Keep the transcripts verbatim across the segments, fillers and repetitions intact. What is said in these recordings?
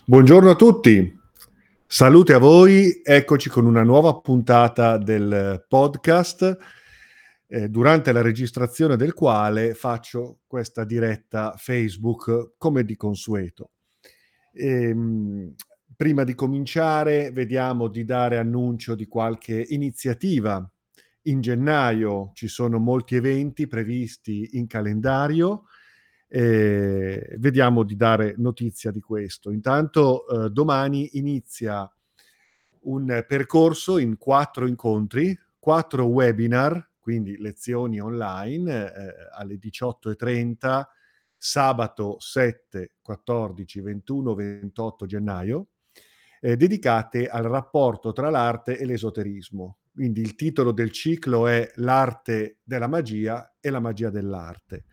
Buongiorno a tutti, salute a voi, eccoci con una nuova puntata del podcast, eh, durante la registrazione del quale faccio questa diretta Facebook come di consueto. Ehm, Prima di cominciare vediamo di dare annuncio di qualche iniziativa. In gennaio ci sono molti eventi previsti in calendario. Eh, vediamo di dare notizia di questo. Intanto eh, domani inizia un percorso in quattro incontri, quattro webinar, quindi lezioni online eh, alle diciotto e trenta, sabato sette, quattordici, ventuno, ventotto gennaio, eh, dedicate al rapporto tra l'arte e l'esoterismo. Quindi il titolo del ciclo è L'arte della magia e la magia dell'arte.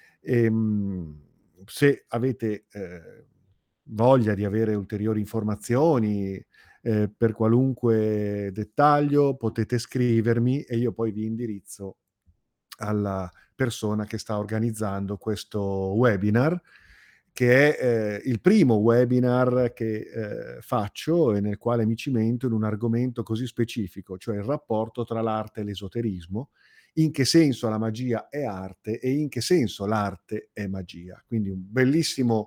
Ehm, se avete eh, voglia di avere ulteriori informazioni eh, per qualunque dettaglio, potete scrivermi e io poi vi indirizzo alla persona che sta organizzando questo webinar, che è eh, il primo webinar che eh, faccio e nel quale mi cimento in un argomento così specifico, cioè il rapporto tra l'arte e l'esoterismo, in che senso la magia è arte e in che senso l'arte è magia. Quindi un bellissimo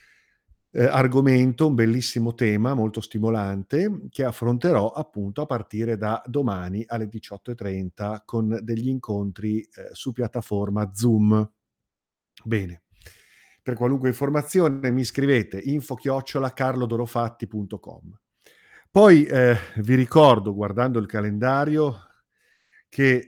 eh, argomento, un bellissimo tema molto stimolante che affronterò appunto a partire da domani alle diciotto e trenta con degli incontri eh, su piattaforma Zoom. Bene. Per qualunque informazione mi scrivete info chiocciola carlodorofatti punto com. Poi eh, vi ricordo, guardando il calendario, che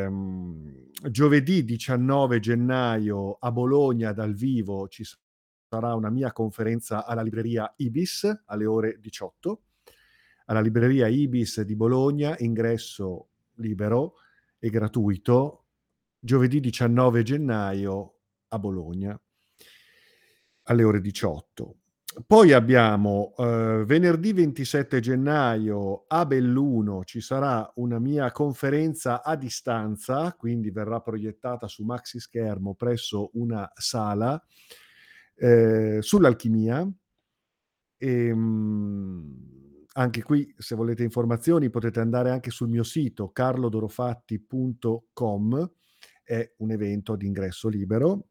ehm, giovedì diciannove gennaio a Bologna dal vivo ci sarà una mia conferenza alla libreria Ibis alle ore diciotto. Alla libreria Ibis di Bologna, ingresso libero e gratuito, giovedì diciannove gennaio a Bologna alle ore diciotto. Poi abbiamo eh, venerdì ventisette gennaio a Belluno ci sarà una mia conferenza a distanza, quindi verrà proiettata su maxi schermo presso una sala eh, sull'alchimia. E, mh, anche qui, se volete informazioni, potete andare anche sul mio sito carlodorofatti punto com, è un evento ad ingresso libero.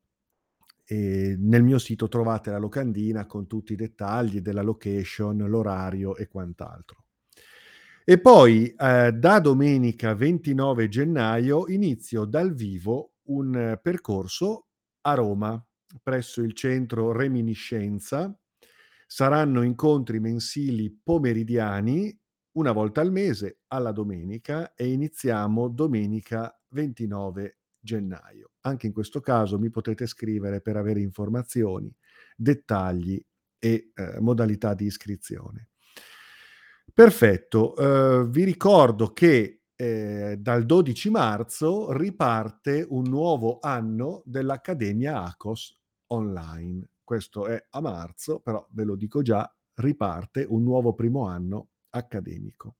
E nel mio sito trovate la locandina con tutti i dettagli della location, l'orario e quant'altro. E poi eh, da domenica ventinove gennaio inizio dal vivo un eh, percorso a Roma, presso il centro Reminiscenza. Saranno incontri mensili pomeridiani, una volta al mese, alla domenica, e iniziamo domenica ventinove gennaio. Anche in questo caso mi potete scrivere per avere informazioni, dettagli e eh, modalità di iscrizione. Perfetto, eh, vi ricordo che eh, dal dodici marzo riparte un nuovo anno dell'Accademia Acos online. Questo è a marzo, però ve lo dico già, riparte un nuovo primo anno accademico.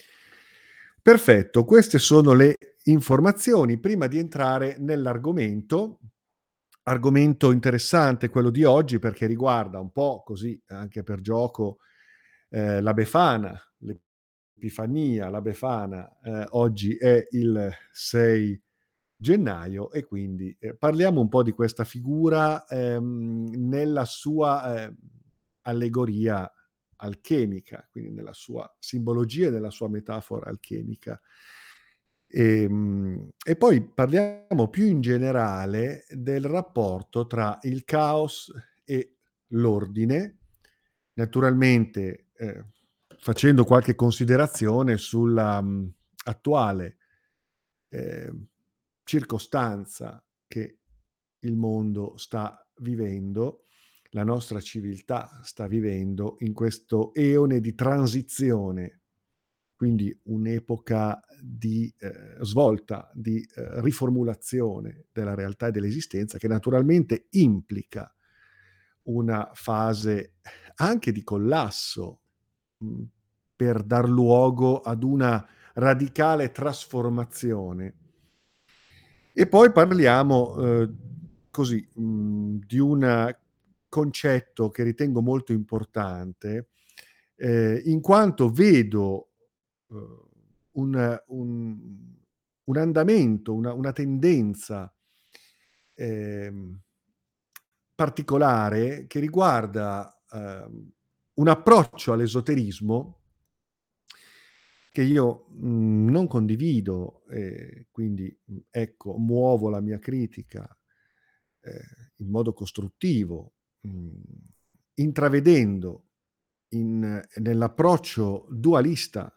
Perfetto, queste sono le informazioni. Prima di entrare nell'argomento, argomento interessante quello di oggi perché riguarda un po' così, anche per gioco, eh, la Befana, l'Epifania, la Befana. Eh, oggi è il sei gennaio e quindi eh, parliamo un po' di questa figura ehm, nella sua eh, allegoria alchemica, quindi nella sua simbologia e nella sua metafora alchemica. E, e poi parliamo più in generale del rapporto tra il caos e l'ordine, naturalmente eh, facendo qualche considerazione sulla mh, attuale eh, circostanza che il mondo sta vivendo, la nostra civiltà sta vivendo in questo eone di transizione, quindi un'epoca di eh, svolta, di eh, riformulazione della realtà e dell'esistenza che naturalmente implica una fase anche di collasso mh, per dar luogo ad una radicale trasformazione. E poi parliamo eh, così mh, di una concetto che ritengo molto importante, ehm, in quanto vedo, uhm, un un un andamento, una una tendenza, ehm, particolare che riguarda, uhm, un approccio all'esoterismo che io, mhmm, non condivido e quindi, mhmm, ecco, muovo la mia critica, ehm, in modo costruttivo, mhmm, intravedendo in nell'approccio dualista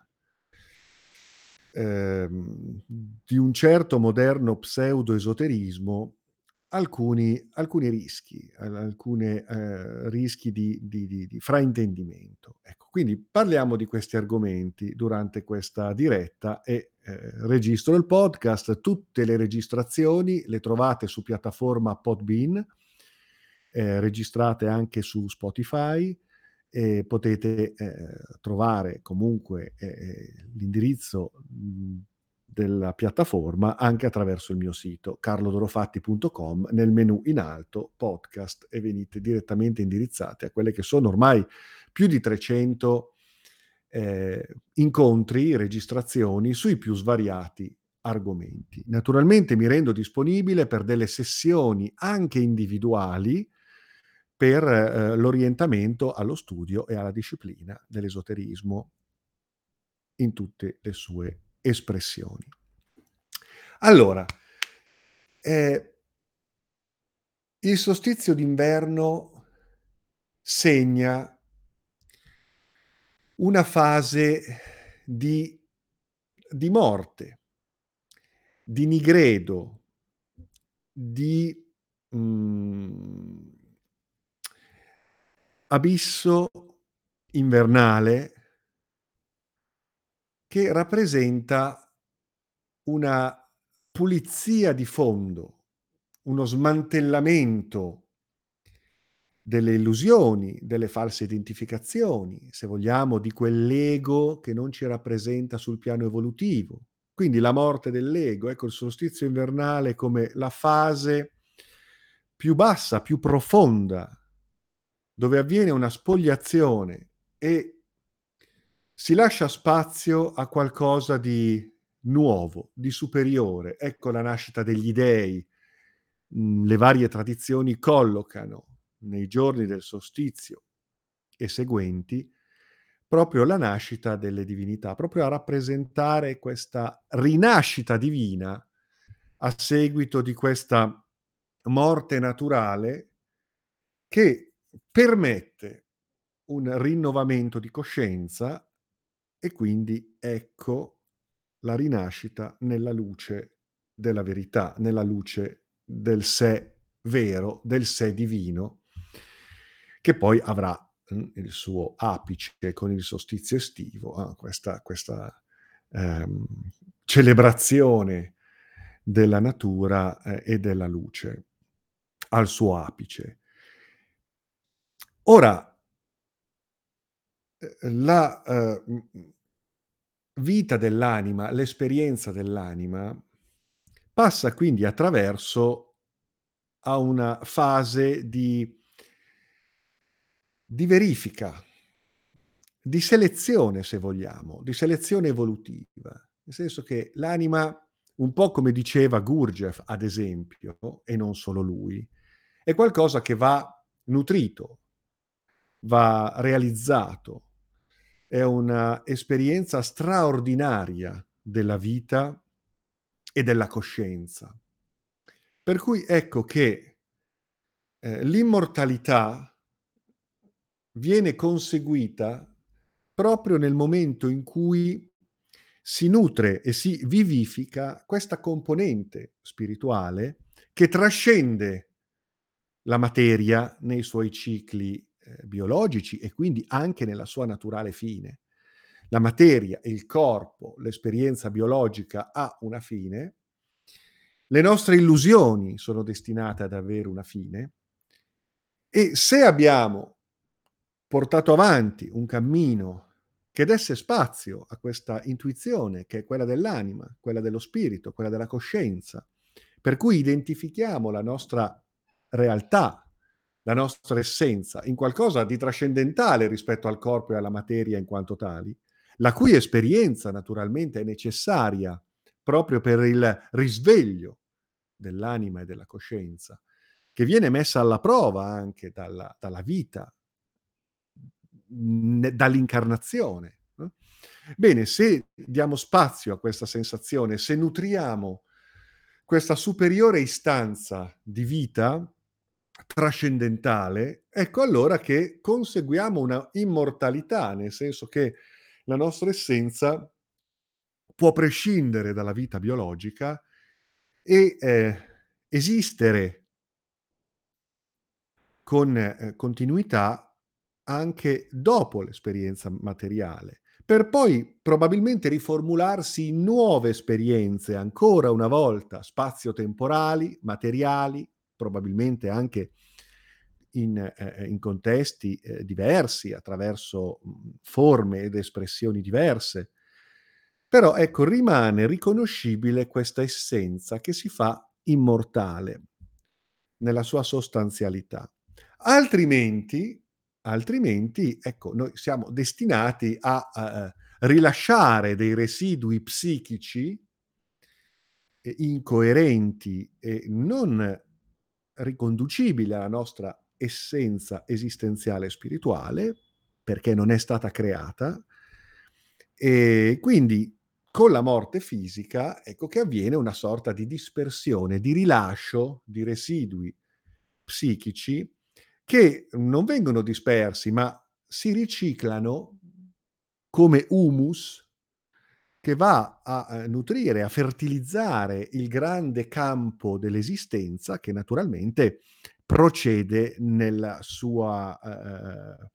ehm, di un certo moderno pseudo-esoterismo alcuni alcuni rischi, al alcune, ehm, rischi di di di di fraintendimento. Ecco, quindi parliamo di questi argomenti durante questa diretta e, ehm, registro il podcast. Tutte le registrazioni le trovate su piattaforma Podbean, ehm, registrate anche su Spotify e potete, ehm, trovare comunque, ehm, l'indirizzo, mhmm, della piattaforma anche attraverso il mio sito carlo dorofatti punto com nel menu in alto podcast e venite direttamente indirizzati a quelle che sono ormai più di trecento, ehm, incontri, registrazioni sui più svariati argomenti. Naturalmente mi rendo disponibile per delle sessioni anche individuali per, ehm, l'orientamento allo studio e alla disciplina dell'esoterismo in tutte le sue espressioni. Allora, ehm, il solstizio d'inverno segna una fase di di morte, di nigredo, di, mhmm, abisso invernale che rappresenta una pulizia di fondo, uno smantellamento delle illusioni, delle false identificazioni, se vogliamo, di quell'ego che non ci rappresenta sul piano evolutivo. Quindi la morte dell'ego, ecco il solstizio invernale come la fase più bassa, più profonda, dove avviene una spogliazione e si lascia spazio a qualcosa di nuovo, di superiore. Ecco la nascita degli dei. Mhmm, le varie tradizioni collocano nei giorni del solstizio e seguenti proprio la nascita delle divinità, proprio a rappresentare questa rinascita divina a seguito di questa morte naturale che permette un rinnovamento di coscienza e quindi ecco la rinascita nella luce della verità, nella luce del sé vero, del sé divino, che poi avrà, mhmm, il suo apice con il solstizio estivo, a questa questa, ehm, celebrazione della natura, ehm, e della luce al suo apice. Ora, ehm, la, ehm, mhmm vita dell'anima, l'esperienza dell'anima, passa quindi attraverso a una fase di di verifica, di selezione se vogliamo, di selezione evolutiva. Nel senso che l'anima, un po' come diceva Gurdjieff ad esempio, e non solo lui, è qualcosa che va nutrito, va realizzato. È una esperienza straordinaria della vita e della coscienza. Per cui ecco che, ehm, l'immortalità viene conseguita proprio nel momento in cui si nutre e si vivifica questa componente spirituale che trascende la materia nei suoi cicli, ehm, biologici e quindi anche nella sua naturale fine. La materia, il corpo, l'esperienza biologica ha una fine. Le nostre illusioni sono destinate ad avere una fine e se abbiamo portato avanti un cammino che desse spazio a questa intuizione, che è quella dell'anima, quella dello spirito, quella della coscienza, per cui identifichiamo la nostra realtà la nostra essenza, in qualcosa di trascendentale rispetto al corpo e alla materia in quanto tali, la cui esperienza naturalmente è necessaria proprio per il risveglio dell'anima e della coscienza, che viene messa alla prova anche dalla, dalla vita, mh, dall'incarnazione. No? Bene, se diamo spazio a questa sensazione, se nutriamo questa superiore istanza di vita trascendentale, ecco allora che conseguiamo una immortalità, nel senso che la nostra essenza può prescindere dalla vita biologica e eh, esistere con eh, continuità anche dopo l'esperienza materiale, per poi probabilmente riformularsi in nuove esperienze ancora una volta spazio-temporali, materiali, probabilmente anche in, eh, in contesti eh, diversi, attraverso mh, forme ed espressioni diverse. Però ecco, rimane riconoscibile questa essenza che si fa immortale nella sua sostanzialità. Altrimenti altrimenti, ecco, noi siamo destinati a, a rilasciare dei residui psichici eh, incoerenti e non riconducibili alla nostra essenza esistenziale e spirituale, perché non è stata creata, e quindi con la morte fisica, ecco che avviene una sorta di dispersione, di rilascio di residui psichici che non vengono dispersi, ma si riciclano come humus che va a, ehm, nutrire, a fertilizzare il grande campo dell'esistenza che naturalmente procede nella sua, ehm,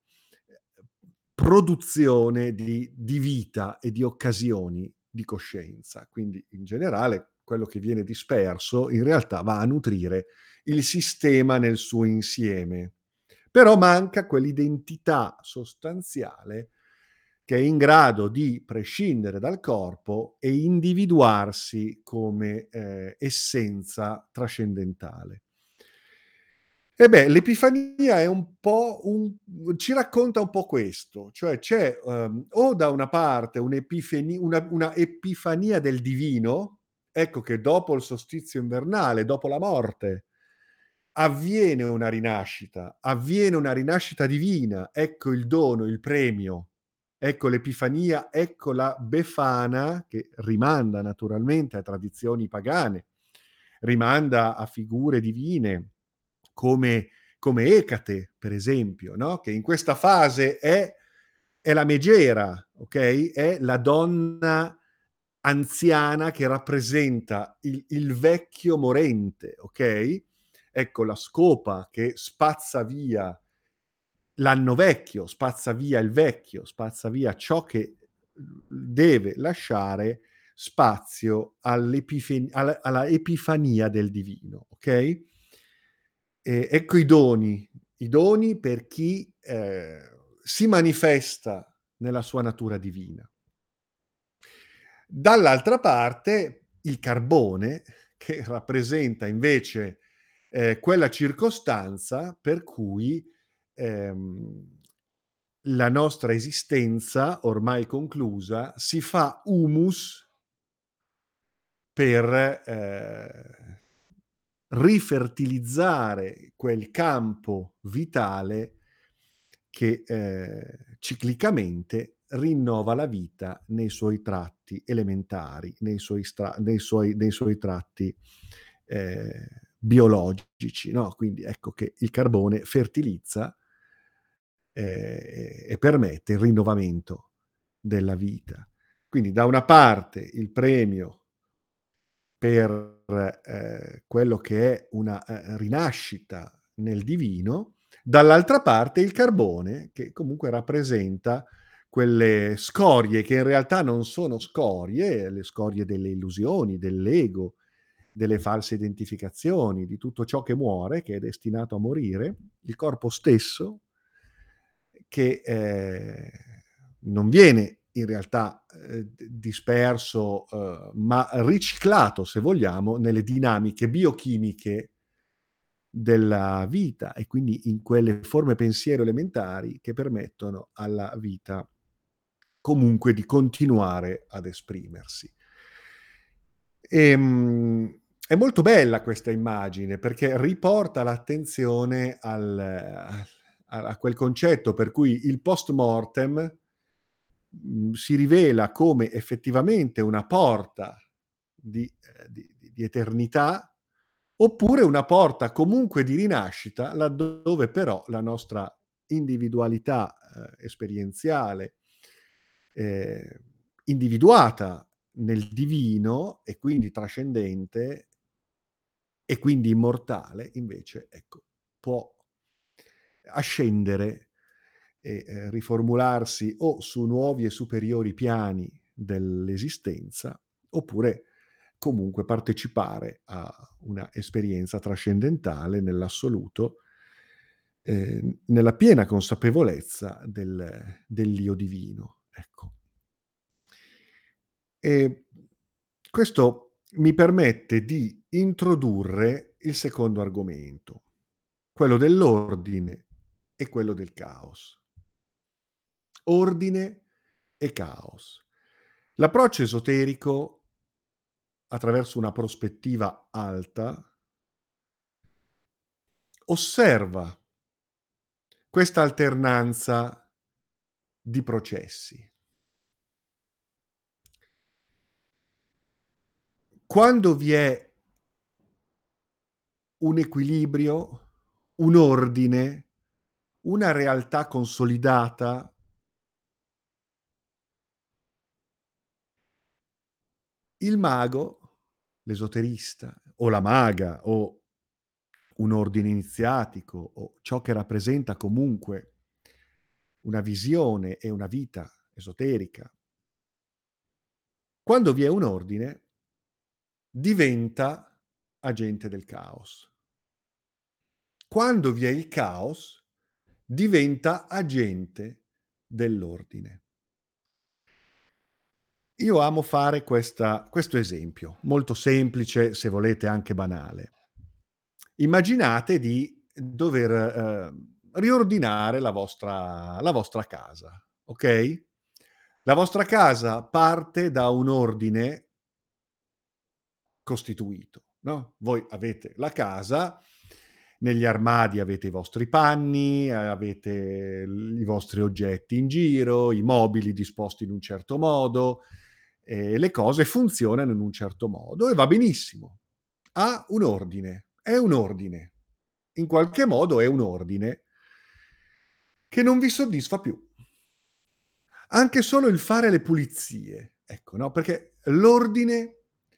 produzione di di vita e di occasioni di coscienza. Quindi in generale quello che viene disperso in realtà va a nutrire il sistema nel suo insieme. Però manca quell'identità sostanziale che è in grado di prescindere dal corpo e individuarsi come, ehm, essenza trascendentale. E beh, l'Epifania è un po' un ci racconta un po' questo, cioè c'è, uhm, o da una parte un'epifeni una una epifania del divino, ecco che dopo il solstizio invernale, dopo la morte, avviene una rinascita, avviene una rinascita divina, ecco il dono, il premio, ecco l'Epifania, ecco la Befana, che rimanda naturalmente a tradizioni pagane, rimanda a figure divine come come Ecate, per esempio, no, che in questa fase è è la megera, okay, è la donna anziana che rappresenta il il vecchio morente, okay? Ecco la scopa che spazza via l'anno vecchio, spazza via il vecchio, spazza via ciò che deve lasciare spazio all'epifen alla alla epifania del divino, okay? E ecco i doni, i doni per chi, ehm, si manifesta nella sua natura divina. Dall'altra parte il carbone, che rappresenta invece, ehm, quella circostanza per cui, ehm, la nostra esistenza, ormai conclusa, si fa humus per, ehm, rifertilizzare quel campo vitale che, ehm, ciclicamente rinnova la vita nei suoi tratti elementari, nei suoi stra nei suoi nei suoi tratti, ehm, biologici, no, quindi ecco che il carbone fertilizza, ehm, e permette il rinnovamento della vita. Quindi da una parte il premio per, ehm, quello che è una, ehm, rinascita nel divino, dall'altra parte il carbone che comunque rappresenta quelle scorie che in realtà non sono scorie, le scorie delle illusioni, dell'ego, delle false identificazioni, di tutto ciò che muore, che è destinato a morire, il corpo stesso che, ehm, non viene in realtà, ehm, d disperso, uhm, ma riciclato, se vogliamo, nelle dinamiche biochimiche della vita e quindi in quelle forme pensiero elementari che permettono alla vita comunque di continuare ad esprimersi. Ehm, è molto bella questa immagine perché riporta l'attenzione al a a quel concetto per cui il post mortem, mhmm, si rivela come effettivamente una porta di ehm, di di di eternità, oppure una porta comunque di rinascita, laddove però la nostra individualità, ehm, esperienziale, ehm, individuata nel divino e quindi trascendente e quindi immortale, invece, ecco, può ascendere e, ehm, riformularsi o su nuovi e superiori piani dell'esistenza, oppure comunque partecipare a una esperienza trascendentale nell'assoluto, ehm, nella piena consapevolezza del dell'io divino, ecco. E questo mi permette di introdurre il secondo argomento, quello dell'ordine e quello del caos. Ordine e caos. L'approccio esoterico, attraverso una prospettiva alta, osserva questa alternanza di processi. Quando vi è un equilibrio, un ordine, una realtà consolidata, il mago, l'esoterista o la maga o un ordine iniziatico o ciò che rappresenta comunque una visione e una vita esoterica, quando vi è un ordine, diventa agente del caos. Quando vi è il caos, diventa agente dell'ordine. Io amo fare questa questo esempio, molto semplice, se volete anche banale. Immaginate di dover, ehm, riordinare la vostra la vostra casa, okay? La vostra casa parte da un ordine costituito, no, voi avete la casa, negli armadi avete i vostri panni, avete l i vostri oggetti in giro, i mobili disposti in un certo modo, e le cose funzionano in un certo modo e va benissimo. Ha un ordine, è un ordine. In qualche modo è un ordine che non vi soddisfa più. Anche solo il fare le pulizie, ecco, no, perché l'ordine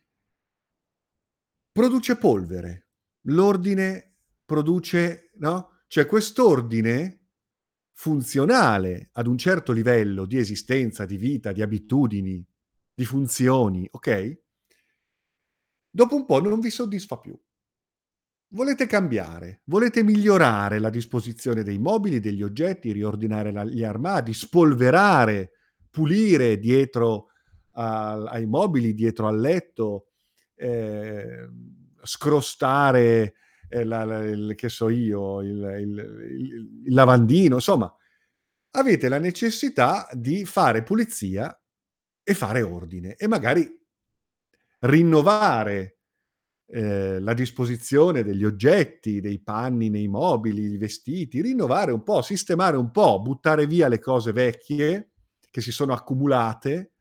produce polvere, l'ordine produce, no, cioè quest'ordine funzionale ad un certo livello di esistenza, di vita, di abitudini, di funzioni, okay, dopo un po' non vi soddisfa più. Volete cambiare, volete migliorare la disposizione dei mobili, degli oggetti, riordinare la gli armadi, spolverare, pulire dietro al ai mobili, dietro al letto, ehm, scrostare, ehm, la la il che so io, il il il il lavandino, insomma, avete la necessità di fare pulizia e fare ordine e magari rinnovare ehm, la disposizione degli oggetti, dei panni nei mobili, i vestiti, rinnovare un po', sistemare un po', buttare via le cose vecchie che si sono accumulate,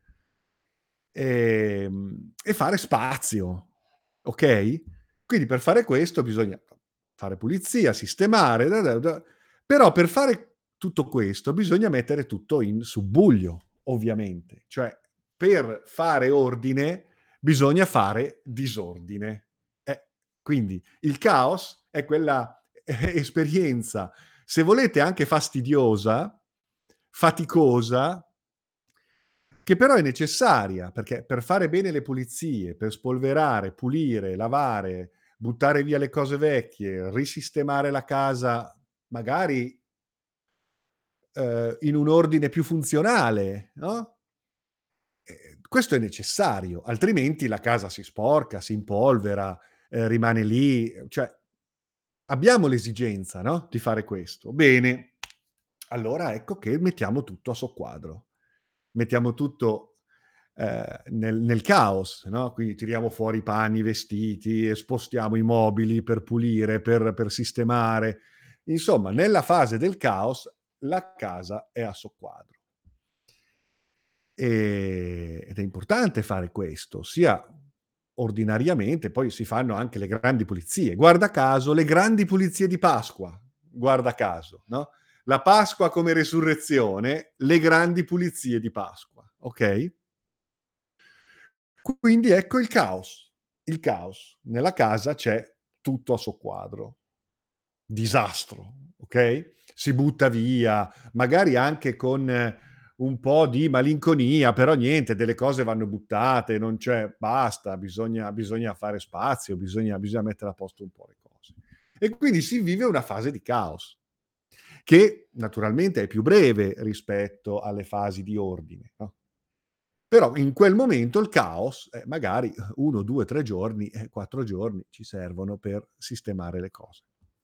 ehm, e fare spazio, okay? Quindi per fare questo bisogna fare pulizia, sistemare, da da da però per fare tutto questo bisogna mettere tutto in subbuglio, ovviamente. Cioè, per fare ordine bisogna fare disordine. Eh, quindi il caos è quella eh, esperienza, se volete anche fastidiosa, faticosa, che però è necessaria, perché per fare bene le pulizie, per spolverare, pulire, lavare, buttare via le cose vecchie, risistemare la casa, magari, ehm, in un ordine più funzionale, no, ehm, questo è necessario, altrimenti la casa si sporca, si impolvera, ehm, rimane lì, cioè abbiamo l'esigenza, no, di fare questo. Bene, allora ecco che mettiamo tutto a soqquadro. Mettiamo tutto, ehm, nel nel caos, no, quindi tiriamo fuori i panni, i vestiti e spostiamo i mobili per pulire, per per sistemare. Insomma, nella fase del caos la casa è a soqquadro. Ehm, ed è importante fare questo, sia ordinariamente, poi si fanno anche le grandi pulizie. Guarda caso, le grandi pulizie di Pasqua, guarda caso, no, la Pasqua come resurrezione, le grandi pulizie di Pasqua, okay? Quindi ecco il caos. Il caos. Nella casa c'è tutto a soqquadro. Disastro, okay? Si butta via, magari anche con eh, un po' di malinconia, però niente, delle cose vanno buttate, non c'è basta, bisogna bisogna fare spazio, bisogna bisogna mettere a posto un po' le cose. E quindi si vive una fase di caos, che naturalmente è più breve rispetto alle fasi di ordine, no, però in quel momento il caos, eh, magari uno, due, tre giorni, eh, quattro giorni ci servono per sistemare le cose.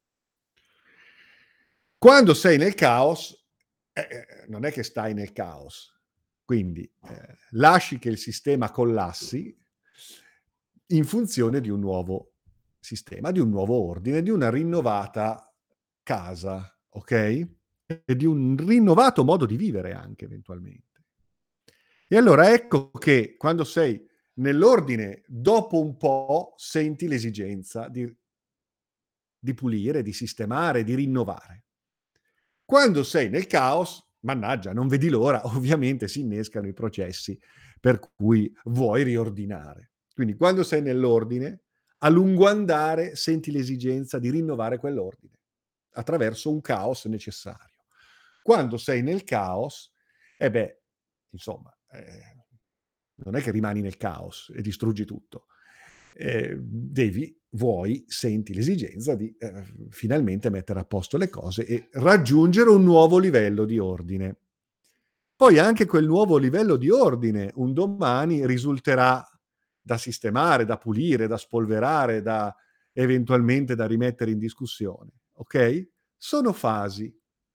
Quando sei nel caos, eh, eh, non è che stai nel caos, quindi, ehm, lasci che il sistema collassi in funzione di un nuovo sistema, di un nuovo ordine, di una rinnovata casa, okay, e di un rinnovato modo di vivere anche eventualmente. E allora ecco che quando sei nell'ordine, dopo un po' senti l'esigenza di di pulire, di sistemare, di rinnovare. Quando sei nel caos, mannaggia, non vedi l'ora, ovviamente si innescano i processi per cui vuoi riordinare. Quindi quando sei nell'ordine, a lungo andare senti l'esigenza di rinnovare quell'ordine attraverso un caos necessario. Quando sei nel caos, eh beh, insomma, ehm, non è che rimani nel caos e distruggi tutto. Ehm, devi vuoi, senti l'esigenza di, ehm, finalmente mettere a posto le cose e raggiungere un nuovo livello di ordine. Poi anche quel nuovo livello di ordine un domani risulterà da sistemare, da pulire, da spolverare, da eventualmente da rimettere in discussione, okay? Sono fasi.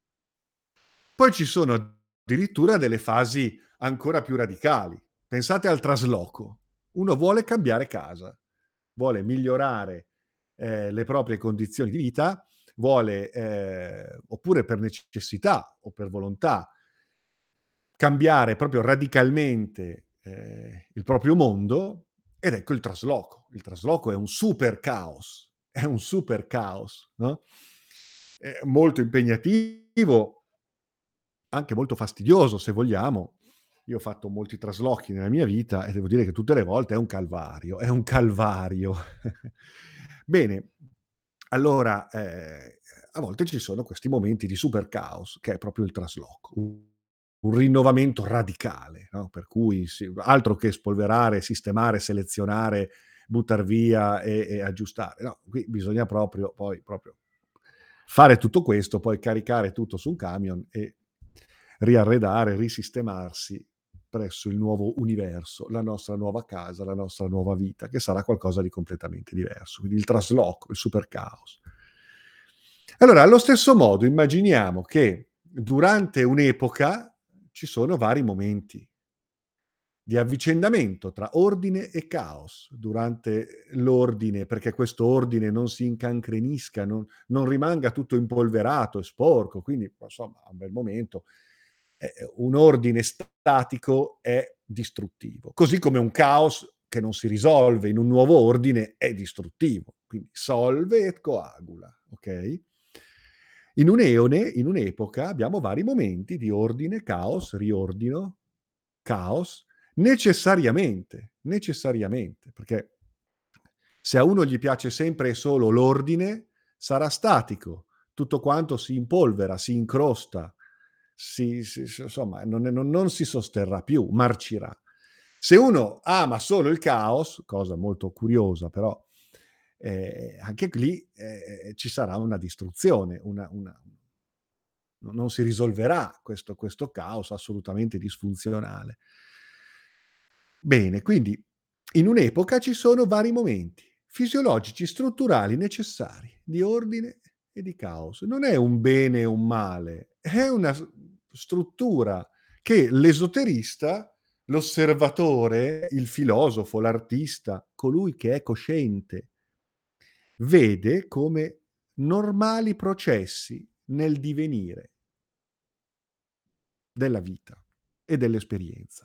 Poi ci sono addirittura delle fasi ancora più radicali. Pensate al trasloco. Uno vuole cambiare casa, vuole migliorare, ehm, le proprie condizioni di vita, vuole, ehm, oppure per necessità o per volontà, cambiare proprio radicalmente, ehm, il proprio mondo ed ecco il trasloco. Il trasloco è un super caos, è un super caos, no, è molto impegnativo, anche molto fastidioso se vogliamo. Io ho fatto molti traslochi nella mia vita e devo dire che tutte le volte è un calvario, è un calvario. Bene, allora, ehm, a volte ci sono questi momenti di super caos, che è proprio il trasloco, un un rinnovamento radicale, no, per cui si altro che spolverare, sistemare, selezionare, buttar via e e aggiustare. No, qui bisogna proprio poi proprio fare tutto questo, poi caricare tutto su un camion e riarredare, risistemarsi presso il nuovo universo, la nostra nuova casa, la nostra nuova vita, che sarà qualcosa di completamente diverso. Quindi il trasloco, il super caos. Allora, allo stesso modo immaginiamo che durante un'epoca ci sono vari momenti di avvicendamento tra ordine e caos. Durante l'ordine, perché questo ordine non si incancrenisca, non non rimanga tutto impolverato e sporco, quindi insomma a un bel momento, eh, un ordine statico è distruttivo, così come un caos che non si risolve in un nuovo ordine è distruttivo. Quindi solve et coagula, okay? In un eone, in un'epoca, abbiamo vari momenti di ordine, caos, riordino, caos, necessariamente, necessariamente, perché se a uno gli piace sempre e solo l'ordine, sarà statico, tutto quanto si impolvera, si incrosta, si si s insomma non non non si sosterrà più, marcirà. Se uno ama solo il caos, cosa molto curiosa però, ehm, anche lì, ehm, ci sarà una distruzione, una una no non si risolverà questo questo caos assolutamente disfunzionale. Bene, quindi in un'epoca ci sono vari momenti fisiologici, strutturali, necessari di ordine e di caos. Non è un bene e un male, è una s struttura che l'esoterista, l'osservatore, il filosofo, l'artista, colui che è cosciente, vede come normali processi nel divenire della vita e dell'esperienza.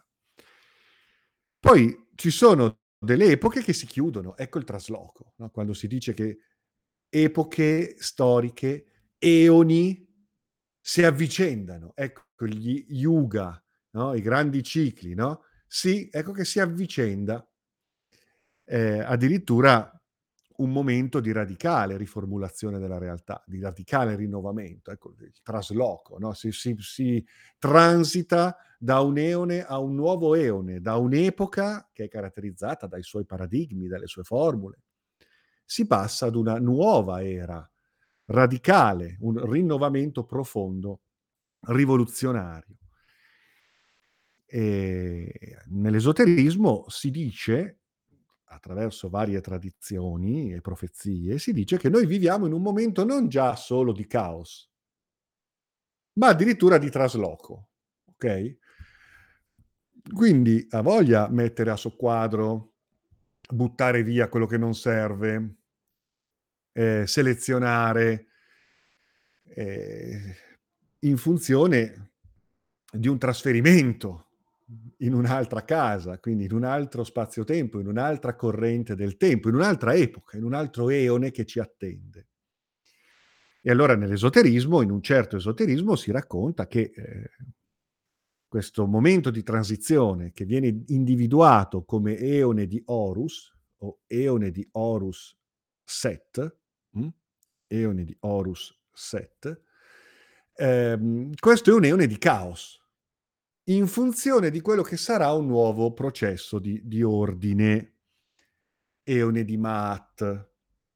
Poi ci sono delle epoche che si chiudono, ecco il trasloco, no, quando si dice che epoche storiche, eoni si avvicendano, ecco gli yuga, no, i grandi cicli, no, sì, ecco che si avvicenda, ehm, addirittura un momento di radicale riformulazione della realtà, di radicale rinnovamento, ecco il trasloco, no, si si si transita da un eone a un nuovo eone, da un'epoca che è caratterizzata dai suoi paradigmi, dalle sue formule. Si passa ad una nuova era, radicale, un rinnovamento profondo, rivoluzionario. Ehm, nell'esoterismo si dice, attraverso varie tradizioni e profezie, si dice che noi viviamo in un momento non già solo di caos, ma addirittura di trasloco, okay? Quindi ha voglia mettere a soqquadro, buttare via quello che non serve, ehm, selezionare, ehm, in funzione di un trasferimento in un'altra casa, quindi in un altro spazio-tempo, in un'altra corrente del tempo, in un'altra epoca, in un altro eone che ci attende. E allora nell'esoterismo, in un certo esoterismo, si racconta che, ehm, questo momento di transizione che viene individuato come eone di Horus o eone di Horus Set, mh, eone di Horus Set, ehm, questo è un eone di caos, in funzione di quello che sarà un nuovo processo di di ordine, eone di Maat.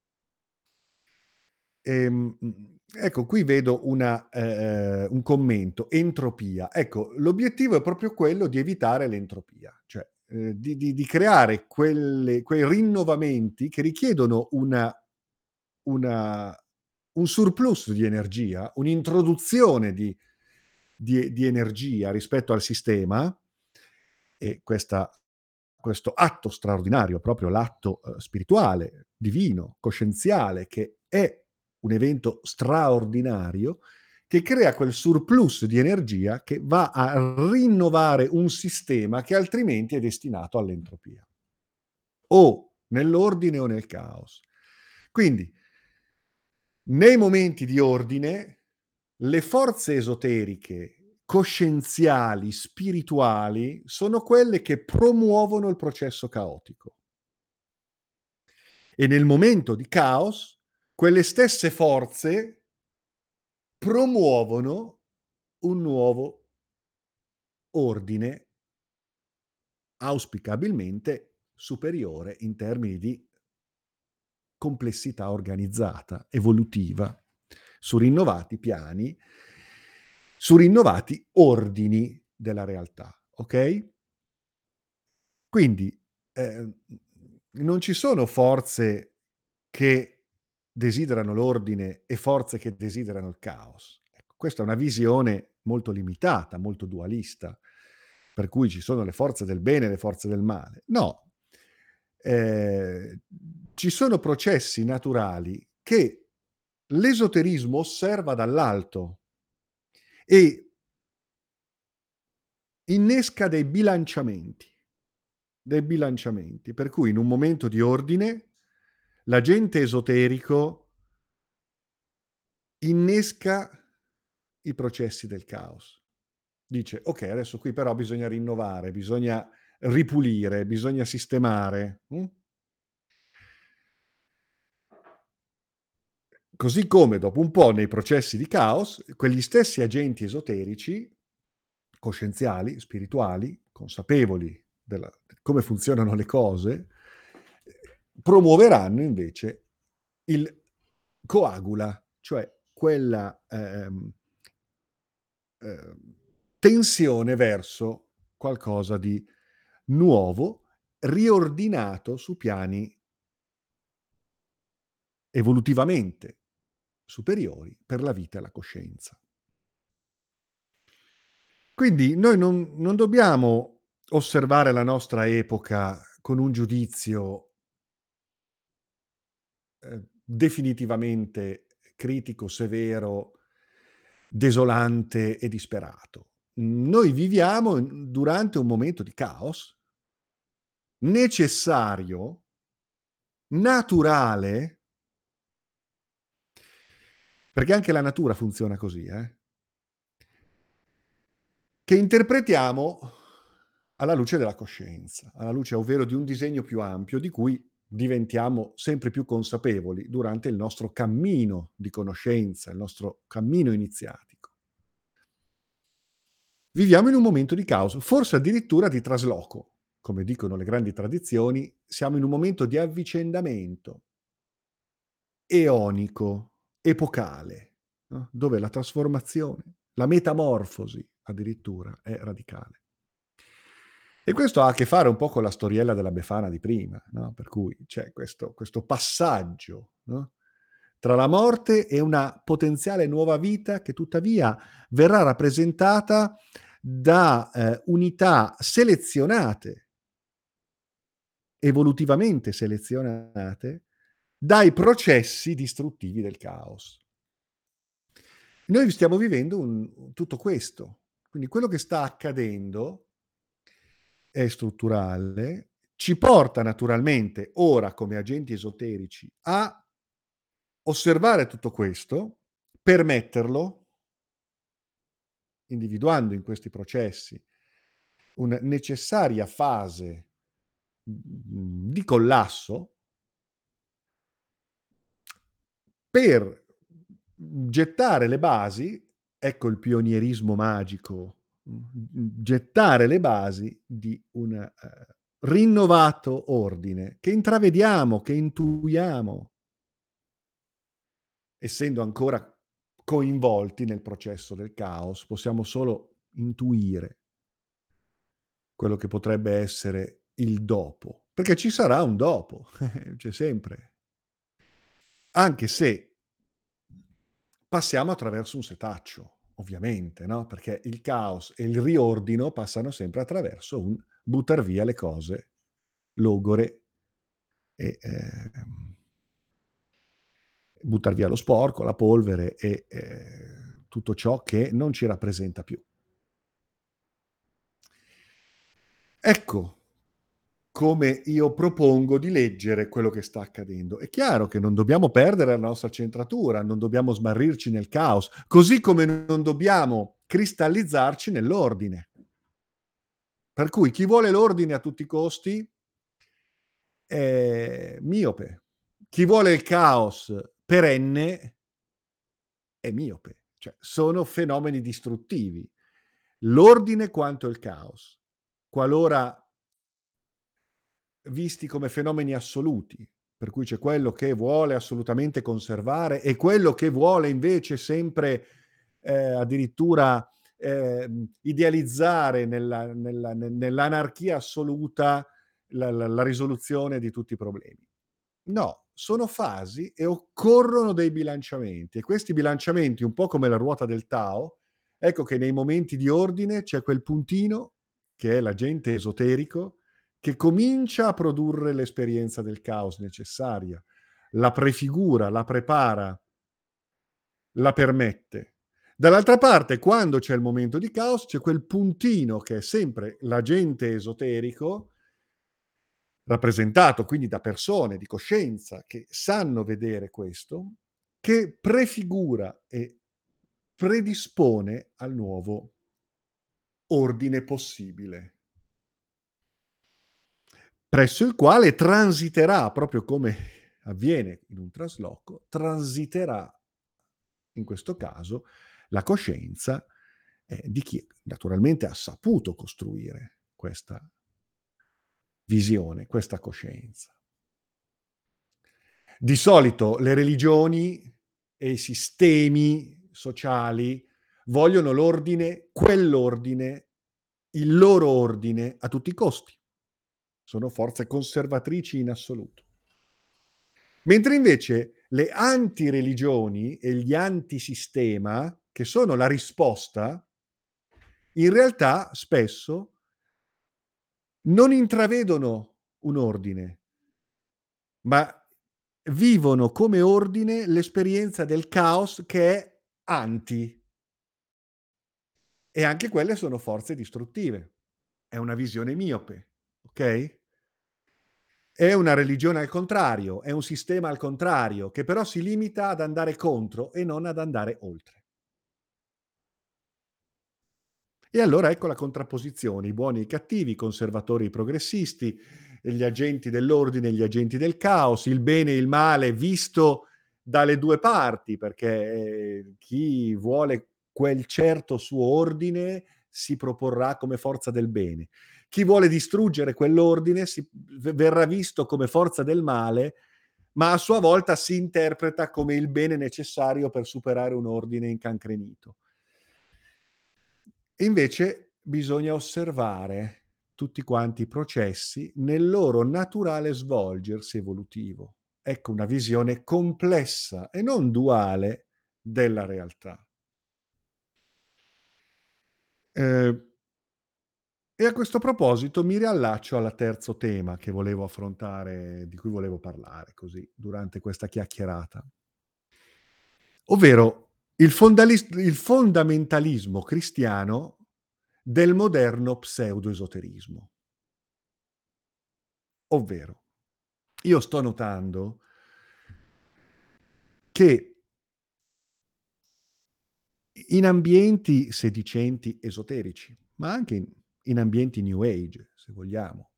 Ehm, mhmm, ecco qui vedo una ehm, un commento: entropia. Ecco, l'obiettivo è proprio quello di evitare l'entropia, cioè, ehm, di di di creare quelle quei rinnovamenti che richiedono una una un surplus di energia, un'introduzione di di di energia rispetto al sistema, e questa questo atto straordinario, proprio l'atto, uhm, spirituale, divino, coscienziale, che è un evento straordinario, che crea quel surplus di energia che va a rinnovare un sistema che altrimenti è destinato all'entropia, o nell'ordine o nel caos. Quindi, nei momenti di ordine, le forze esoteriche, coscienziali, spirituali, sono quelle che promuovono il processo caotico. E nel momento di caos, quelle stesse forze promuovono un nuovo ordine, auspicabilmente superiore in termini di complessità organizzata, evolutiva, su rinnovati piani, su rinnovati ordini della realtà, okay? Quindi, ehm, non ci sono forze che desiderano l'ordine e forze che desiderano il caos. Ecco, questa è una visione molto limitata, molto dualista, per cui ci sono le forze del bene e le forze del male. No, ehm, ci sono processi naturali che l'esoterismo osserva dall'alto e innesca dei bilanciamenti. Dei bilanciamenti, per cui in un momento di ordine l'agente esoterico innesca i processi del caos. Dice: "Okay, adesso qui però bisogna rinnovare, bisogna ripulire, bisogna sistemare", mh? Così come dopo un po' nei processi di caos, quegli stessi agenti esoterici, coscienziali, spirituali, consapevoli della come funzionano le cose, ehm, promuoveranno invece il coagula, cioè quella, ehm, ehm, tensione verso qualcosa di nuovo, riordinato su piani evolutivamente superiori per la vita e la coscienza. Quindi noi non, non dobbiamo osservare la nostra epoca con un giudizio eh, definitivamente critico, severo, desolante e disperato. Noi viviamo in- durante un momento di caos necessario, naturale, perché anche la natura funziona così, eh, che interpretiamo alla luce della coscienza, alla luce ovvero di un disegno più ampio di cui diventiamo sempre più consapevoli durante il nostro cammino di conoscenza, il nostro cammino iniziatico. Viviamo in un momento di caos, forse addirittura di trasloco. Come dicono le grandi tradizioni, siamo in un momento di avvicendamento eonico, epocale, no? Dove la trasformazione, la metamorfosi addirittura è radicale. E questo ha a che fare un po' con la storiella della Befana di prima, no? Per cui c'è questo, questo passaggio, no? Tra la morte e una potenziale nuova vita che tuttavia verrà rappresentata da eh, unità selezionate, evolutivamente selezionate, dai processi distruttivi del caos. Noi stiamo vivendo un, tutto questo, quindi quello che sta accadendo è strutturale, ci porta naturalmente, ora come agenti esoterici, a osservare tutto questo, permetterlo, individuando in questi processi una necessaria fase mh, di collasso per gettare le basi, ecco il pionierismo magico, mh, gettare le basi di un eh, rinnovato ordine che intravediamo, che intuiamo, essendo ancora coinvolti nel processo del caos, possiamo solo intuire quello che potrebbe essere il dopo, perché ci sarà un dopo, c'è sempre, anche se passiamo attraverso un setaccio, ovviamente, no? Perché il caos e il riordino passano sempre attraverso un buttar via le cose logore e ehm, buttar via lo sporco, la polvere e eh, tutto ciò che non ci rappresenta più. Ecco come io propongo di leggere quello che sta accadendo. È chiaro che non dobbiamo perdere la nostra centratura, non dobbiamo smarrirci nel caos, così come non dobbiamo cristallizzarci nell'ordine. Per cui chi vuole l'ordine a tutti i costi è miope. Chi vuole il caos perenne è miope. Cioè, sono fenomeni distruttivi. L'ordine quanto il caos. Qualora visti come fenomeni assoluti, per cui c'è quello che vuole assolutamente conservare e quello che vuole invece sempre eh, addirittura eh, idealizzare nella, nella, nell'anarchia assoluta la, la, la risoluzione di tutti i problemi. No, sono fasi e occorrono dei bilanciamenti e questi bilanciamenti, un po' come la ruota del Tao, ecco che nei momenti di ordine c'è quel puntino che è l'agente esoterico che comincia a produrre l'esperienza del caos necessaria, la prefigura, la prepara, la permette. Dall'altra parte, quando c'è il momento di caos, c'è quel puntino che è sempre l'agente esoterico, rappresentato quindi da persone di coscienza che sanno vedere questo, che prefigura e predispone al nuovo ordine possibile, presso il quale transiterà, proprio come avviene in un trasloco, transiterà in questo caso la coscienza eh, di chi naturalmente ha saputo costruire questa visione, questa coscienza. Di solito le religioni e i sistemi sociali vogliono l'ordine, quell'ordine, il loro ordine a tutti i costi. Sono forze conservatrici in assoluto. Mentre invece le antireligioni e gli antisistema, che sono la risposta, in realtà spesso non intravedono un ordine, ma vivono come ordine l'esperienza del caos che è anti. E anche quelle sono forze distruttive. È una visione miope, okay? È una religione al contrario, è un sistema al contrario, che però si limita ad andare contro e non ad andare oltre. E allora ecco la contrapposizione, i buoni e i cattivi, i conservatori e i progressisti, gli agenti dell'ordine e gli agenti del caos, il bene e il male visto dalle due parti, perché eh, chi vuole quel certo suo ordine si proporrà come forza del bene. Chi vuole distruggere quell'ordine si, v- verrà visto come forza del male, ma a sua volta si interpreta come il bene necessario per superare un ordine incancrenito. E invece bisogna osservare tutti quanti i processi nel loro naturale svolgersi evolutivo. Ecco una visione complessa e non duale della realtà. Ehm, e a questo proposito mi riallaccio al terzo tema che volevo affrontare, di cui volevo parlare così durante questa chiacchierata, ovvero il fondalis il fondamentalismo cristiano del moderno pseudo-esoterismo. Ovvero, io sto notando che in ambienti sedicenti esoterici, ma anche in in ambienti new age, se vogliamo,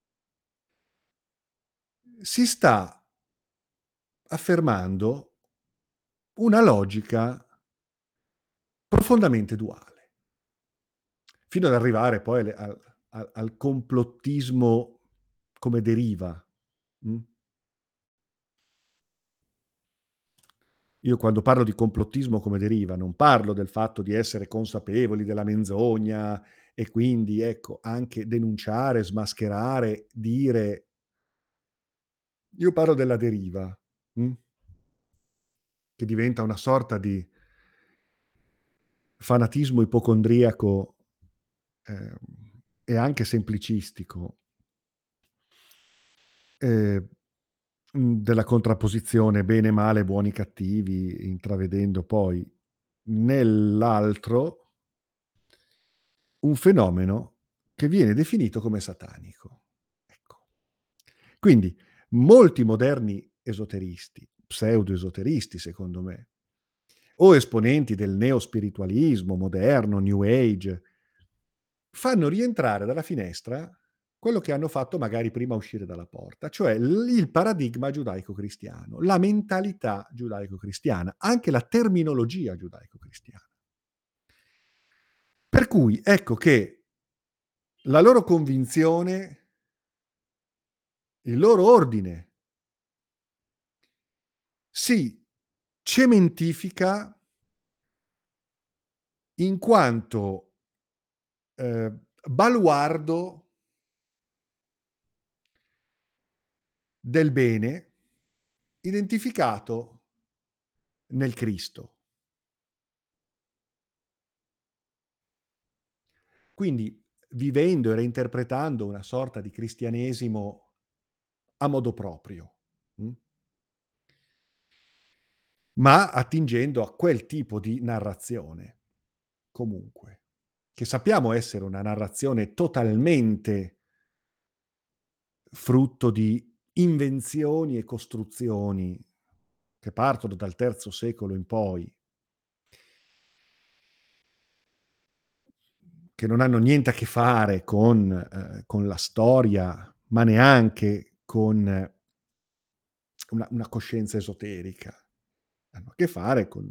si sta affermando una logica profondamente duale, fino ad arrivare poi alle al al al complottismo come deriva, mh? Io quando parlo di complottismo come deriva, non parlo del fatto di essere consapevoli della menzogna e quindi, ecco, anche denunciare, smascherare, dire io parlo della deriva, mh, che diventa una sorta di fanatismo ipocondriaco, ehm, e anche semplicistico, ehm, mhmm, della contrapposizione bene, male, buoni, cattivi, intravedendo poi nell'altro un fenomeno che viene definito come satanico. Ecco. Quindi molti moderni esoteristi, pseudo-esoteristi secondo me, o esponenti del neospiritualismo moderno, New Age, fanno rientrare dalla finestra quello che hanno fatto magari prima uscire dalla porta, cioè l il paradigma giudaico-cristiano, la mentalità giudaico-cristiana, anche la terminologia giudaico-cristiana. Per cui ecco che la loro convinzione, il loro ordine si cementifica in quanto, ehm, baluardo del bene identificato nel Cristo. Quindi vivendo e reinterpretando una sorta di cristianesimo a modo proprio, mh, ma attingendo a quel tipo di narrazione, comunque, che sappiamo essere una narrazione totalmente frutto di invenzioni e costruzioni che partono dal terzo secolo in poi, che non hanno niente a che fare con ehm, con la storia, ma neanche con eh, una una coscienza esoterica. Hanno a che fare con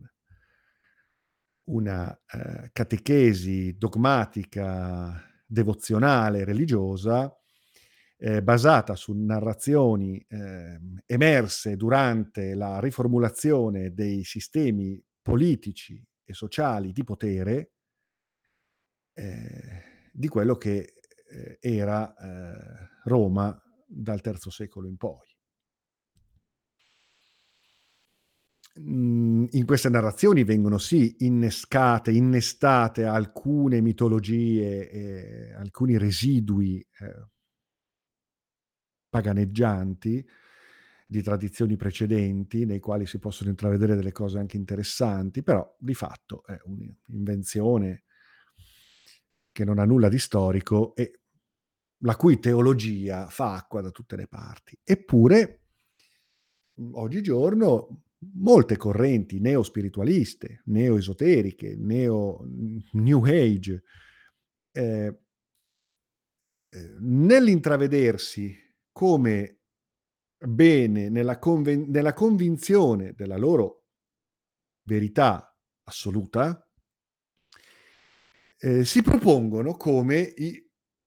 una, ehm, catechesi dogmatica, devozionale, religiosa, ehm, basata su narrazioni, ehm, emerse durante la riformulazione dei sistemi politici e sociali di potere, ehm, di quello che, ehm, era, ehm, Roma dal terzo secolo in poi. Mhmm, in queste narrazioni vengono sì innescate innestate alcune mitologie e alcuni residui, ehm paganeggianti, di tradizioni precedenti, nei quali si possono intravedere delle cose anche interessanti, però di fatto è un'invenzione che non ha nulla di storico e la cui teologia fa acqua da tutte le parti. Eppure, mhmm, oggigiorno molte correnti neo-spiritualiste, neo-esoteriche, neo n new age, ehm ehm, nell'intravedersi come bene nella conven nella convinzione della loro verità assoluta ehm, si propongono come i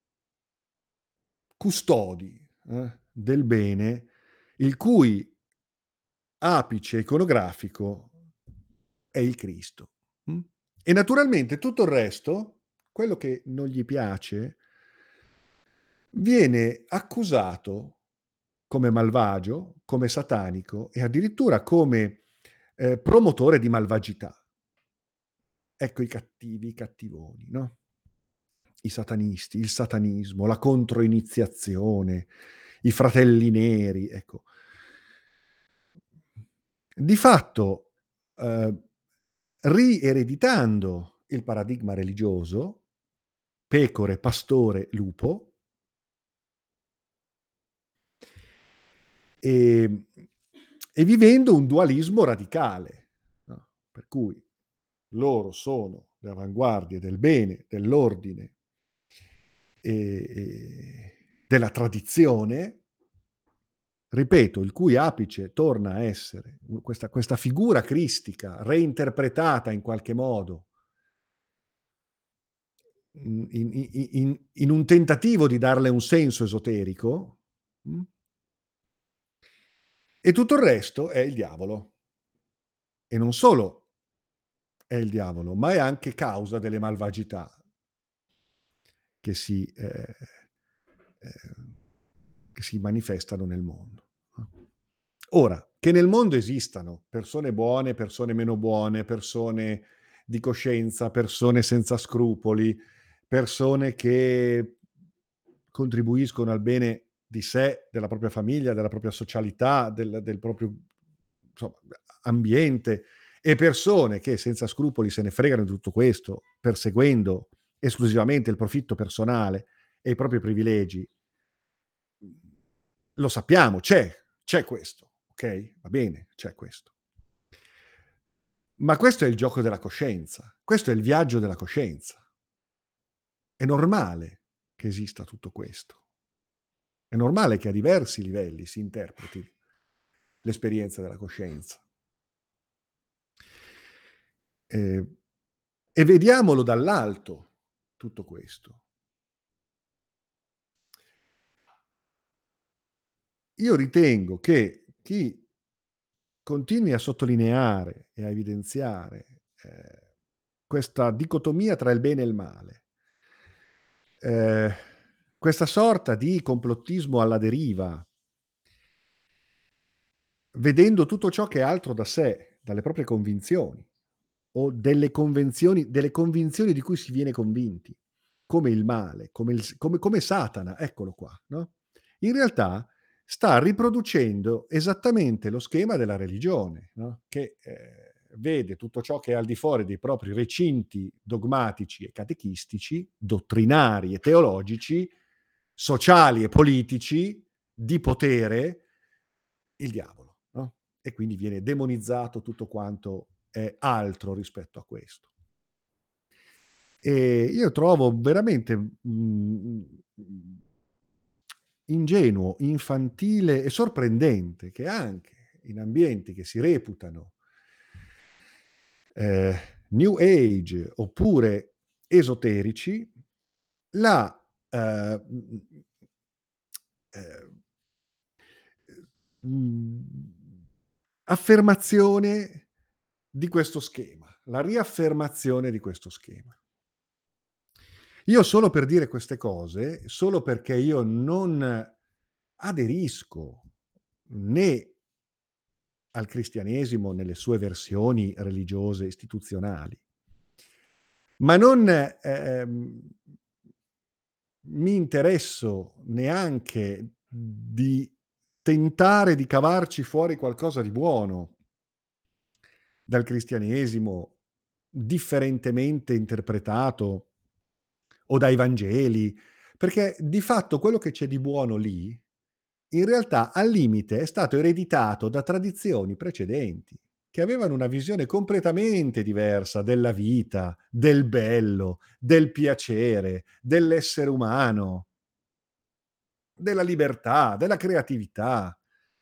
custodi, eh, del bene, il cui apice iconografico è il Cristo, mh? E naturalmente tutto il resto, quello che non gli piace viene accusato come malvagio, come satanico e addirittura come, ehm, promotore di malvagità. Ecco i cattivi, i cattivoni, no, i satanisti, il satanismo, la controiniziazione, i fratelli neri, ecco. Di fatto, uhm, riereditando il paradigma religioso, pecore, pastore, lupo ehm, e vivendo un dualismo radicale, no, per cui loro sono le avanguardie del bene, dell'ordine e e della tradizione, ripeto, il cui apice torna a essere u questa questa figura cristica reinterpretata in qualche modo mhmm, in i i in in un tentativo di darle un senso esoterico, mh, e tutto il resto è il diavolo. E non solo è il diavolo, ma è anche causa delle malvagità che si ehm, ehm, che si manifestano nel mondo, no. Ora, che nel mondo esistano persone buone, persone meno buone, persone di coscienza, persone senza scrupoli, persone che contribuiscono al bene di sé, della propria famiglia, della propria socialità, del del proprio insomma ambiente e persone che senza scrupoli se ne fregano di tutto questo, perseguendo esclusivamente il profitto personale e i propri privilegi. Mhmm, lo sappiamo, c'è, c'è questo, okay, va bene, c'è questo. Ma questo è il gioco della coscienza, questo è il viaggio della coscienza. È normale che esista tutto questo. È normale che a diversi livelli si interpreti l'esperienza della coscienza. Ehm, e vediamolo dall'alto tutto questo. Io ritengo che chi continui a sottolineare e a evidenziare, ehm, questa dicotomia tra il bene e il male, ehm, questa sorta di complottismo alla deriva, vedendo tutto ciò che è altro da sé, dalle proprie convinzioni o delle convenzioni delle convinzioni di cui si viene convinti, come il male, come il s come come Satana, eccolo qua, no, in realtà sta riproducendo esattamente lo schema della religione, no, che, ehm, vede tutto ciò che è al di fuori dei propri recinti dogmatici e catechistici, dottrinari e teologici, sociali e politici, di potere, il diavolo, no, e quindi viene demonizzato tutto quanto è altro rispetto a questo. E io trovo veramente, mhmm, mhmm, ingenuo, infantile e sorprendente che anche in ambienti che si reputano ehm, new age oppure esoterici, la, ehm, mhmm, ehm, mhmm, affermazione di questo schema, la riaffermazione di questo schema. Io solo per dire queste cose, solo perché io non aderisco né al cristianesimo nelle sue versioni religiose istituzionali. Ma non, ehm, mi interesso neanche di tentare di cavarci fuori qualcosa di buono dal cristianesimo, differentemente interpretato, o dai Vangeli, perché di fatto quello che c'è di buono lì, in realtà al limite è stato ereditato da tradizioni precedenti, che avevano una visione completamente diversa della vita, del bello, del piacere, dell'essere umano, della libertà, della creatività.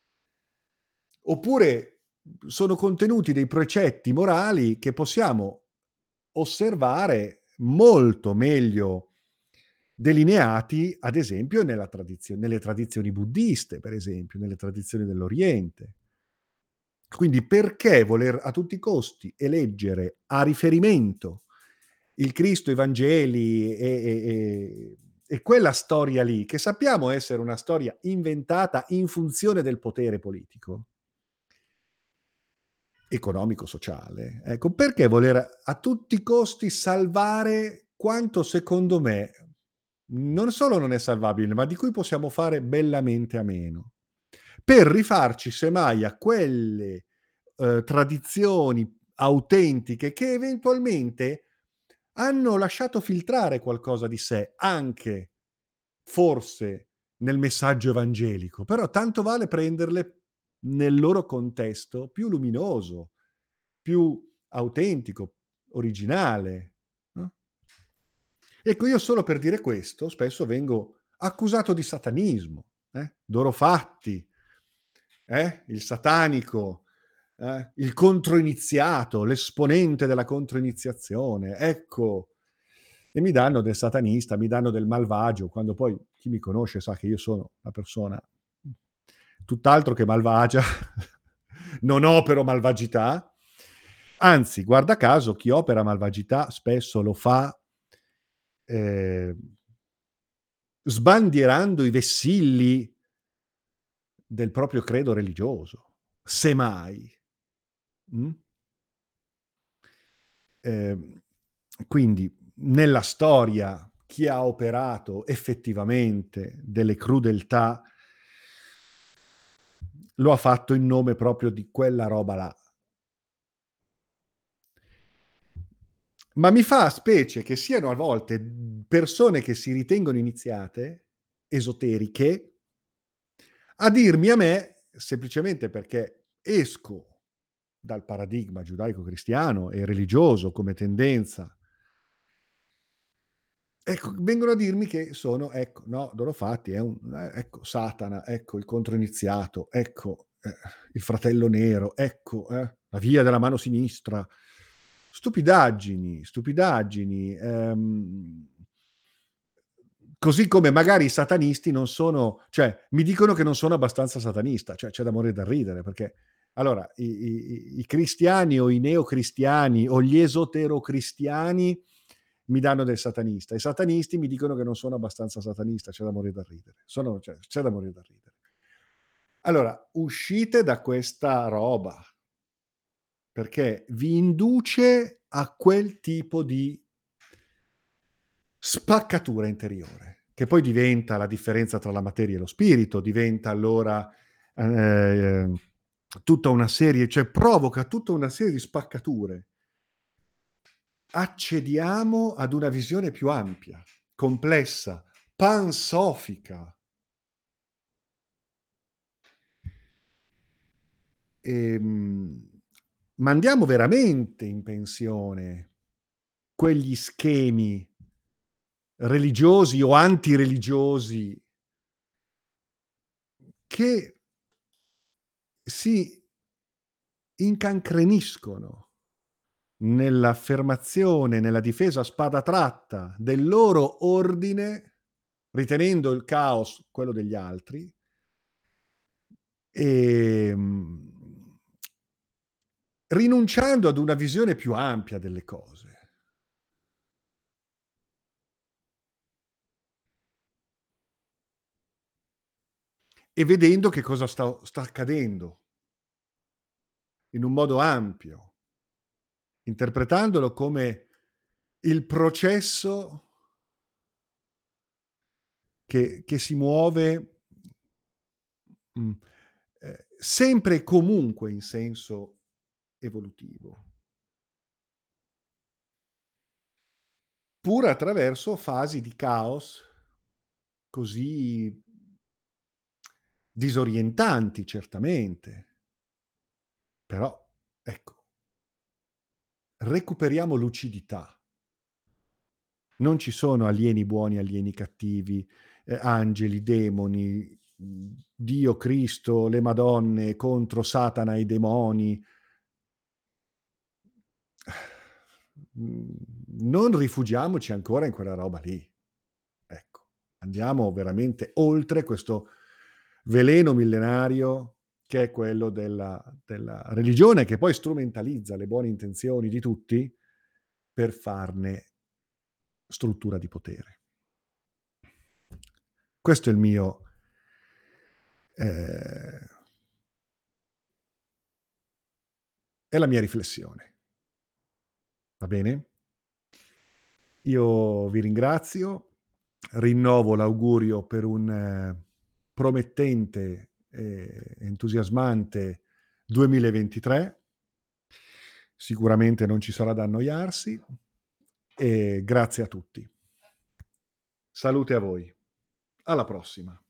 Oppure sono contenuti dei precetti morali che possiamo osservare molto meglio delineati, ad esempio, nella tradizio nelle tradizioni buddiste, per esempio, nelle tradizioni dell'Oriente. Quindi perché voler a tutti i costi eleggere a riferimento il Cristo, i Vangeli e e e e quella storia lì, che sappiamo essere una storia inventata in funzione del potere politico, economico, sociale, ecco, perché voler a tutti i costi salvare quanto secondo me non solo non è salvabile, ma di cui possiamo fare bellamente a meno, per rifarci semmai a quelle, uhm, tradizioni autentiche che eventualmente hanno lasciato filtrare qualcosa di sé, anche forse nel messaggio evangelico, però tanto vale prenderle nel loro contesto più luminoso, più autentico, originale, no? Ecco, io solo per dire questo spesso vengo accusato di satanismo, eh, Dorofatti, eh, il satanico, eh, il controiniziato, l'esponente della controiniziazione, ecco. E mi danno del satanista, mi danno del malvagio, quando poi chi mi conosce sa che io sono una persona tutt'altro che malvagia, non opero malvagità, anzi, guarda caso, chi opera malvagità spesso lo fa, ehm, sbandierando i vessilli del proprio credo religioso, semmai. Mh? Ehm, quindi nella storia chi ha operato effettivamente delle crudeltà lo ha fatto in nome proprio di quella roba là. Ma mi fa specie che siano a volte, mhmm, persone che si ritengono iniziate, esoteriche, a dirmi a me, semplicemente perché esco dal paradigma giudaico-cristiano e religioso come tendenza. Ecco, vengono a dirmi che sono ecco, no, Dorofatti è un eh, ecco, Satana, ecco, il controiniziato, ecco, eh, il fratello nero, ecco, eh, la via della mano sinistra. Stupidaggini, stupidaggini. Ehm, così come magari i satanisti non sono cioè, mi dicono che non sono abbastanza satanista, cioè c'è da morire da ridere, perché allora i i i i cristiani o i neocristiani o gli esoterocristiani mi danno del satanista. I satanisti mi dicono che non sono abbastanza satanista, c'è da morire da ridere. Sono cioè, c'è da morire da ridere. Allora, uscite da questa roba, perché vi induce a quel tipo di spaccatura interiore, che poi diventa la differenza tra la materia e lo spirito, diventa allora, ehm, tutta una serie cioè provoca tutta una serie di spaccature. Accediamo ad una visione più ampia, complessa, pansofica. Ehm, mandiamo veramente in pensione quegli schemi religiosi o antireligiosi che si incancreniscono nell'affermazione, nella difesa a spada tratta del loro ordine, ritenendo il caos quello degli altri, ehm, rinunciando ad una visione più ampia delle cose e vedendo che cosa sta sta accadendo. in un modo ampio, interpretandolo come il processo che che si muove, mhmm, ehm, sempre e comunque in senso evolutivo, pur attraverso fasi di caos così disorientanti certamente, però ecco, recuperiamo lucidità. Non ci sono alieni buoni, alieni cattivi, ehm, angeli, demoni, mhmm, Dio, Cristo, le Madonne contro Satana e i demoni. Mhmm, Non rifugiamoci ancora in quella roba lì. Ecco, andiamo veramente oltre questo veleno millenario che è quello della della religione, che poi strumentalizza le buone intenzioni di tutti per farne struttura di potere. Questo è il mio ehm, è la mia riflessione, va bene? Io vi ringrazio, rinnovo l'augurio per un eh, promettente e entusiasmante duemilaventitré. Sicuramente non ci sarà da annoiarsi e grazie a tutti. Salute a voi. Alla prossima.